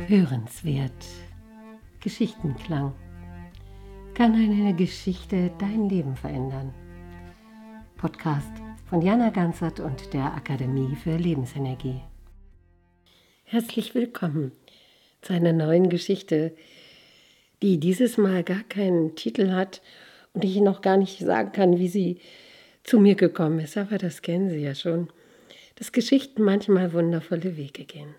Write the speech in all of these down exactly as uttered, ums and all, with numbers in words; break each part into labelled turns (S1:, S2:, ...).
S1: Hörenswert. Geschichtenklang. Kann eine Geschichte dein Leben verändern? Podcast von Jana Ganzert und der Akademie für Lebensenergie. Herzlich willkommen zu einer neuen Geschichte, die dieses Mal gar keinen Titel hat und ich noch gar nicht sagen kann, wie sie zu mir gekommen ist, aber das kennen Sie ja schon, dass Geschichten manchmal wundervolle Wege gehen.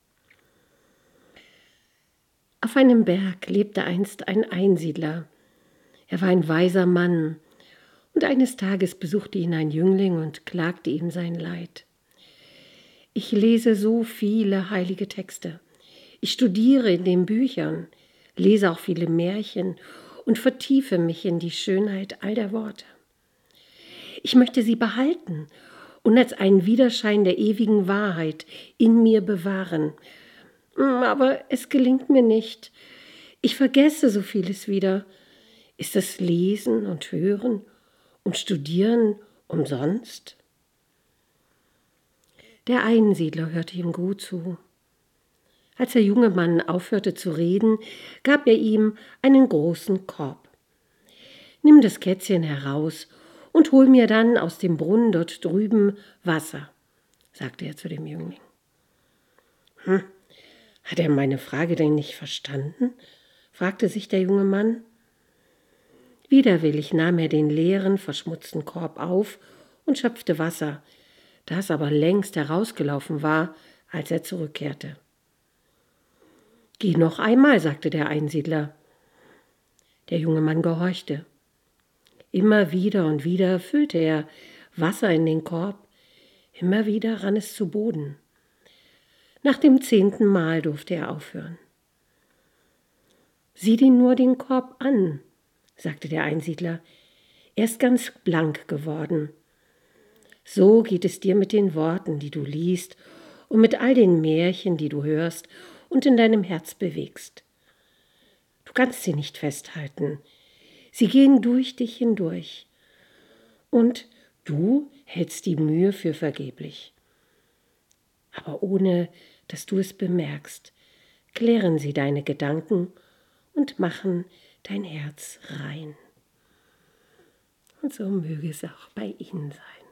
S1: Auf einem Berg lebte einst ein Einsiedler. Er war ein weiser Mann, und eines Tages besuchte ihn ein Jüngling und klagte ihm sein Leid. Ich lese so viele heilige Texte. Ich studiere in den Büchern, lese auch viele Märchen und vertiefe mich in die Schönheit all der Worte. Ich möchte sie behalten und als einen Widerschein der ewigen Wahrheit in mir bewahren. Aber es gelingt mir nicht. Ich vergesse so vieles wieder. Ist das Lesen und Hören und Studieren umsonst? Der Einsiedler hörte ihm gut zu. Als der junge Mann aufhörte zu reden, gab er ihm einen großen Korb. »Nimm das Kätzchen heraus und hol mir dann aus dem Brunnen dort drüben Wasser«, sagte er zu dem Jüngling. »Hm, hat er meine Frage denn nicht verstanden?« fragte sich der junge Mann. Widerwillig nahm er den leeren, verschmutzten Korb auf und schöpfte Wasser, das aber längst herausgelaufen war, als er zurückkehrte. »Geh noch einmal«, sagte der Einsiedler. Der junge Mann gehorchte. Immer wieder und wieder füllte er Wasser in den Korb, immer wieder rann es zu Boden. Nach dem zehnten Mal durfte er aufhören. »Sieh dir nur den Korb an«, sagte der Einsiedler. »Er ist ganz blank geworden. So geht es dir mit den Worten, die du liest, und mit all den Märchen, die du hörst und in deinem Herz bewegst. Du kannst sie nicht festhalten. Sie gehen durch dich hindurch. Und du hältst die Mühe für vergeblich. Aber ohne, dass du es bemerkst, klären sie deine Gedanken und machen dein Herz rein. Und so möge es auch bei Ihnen sein.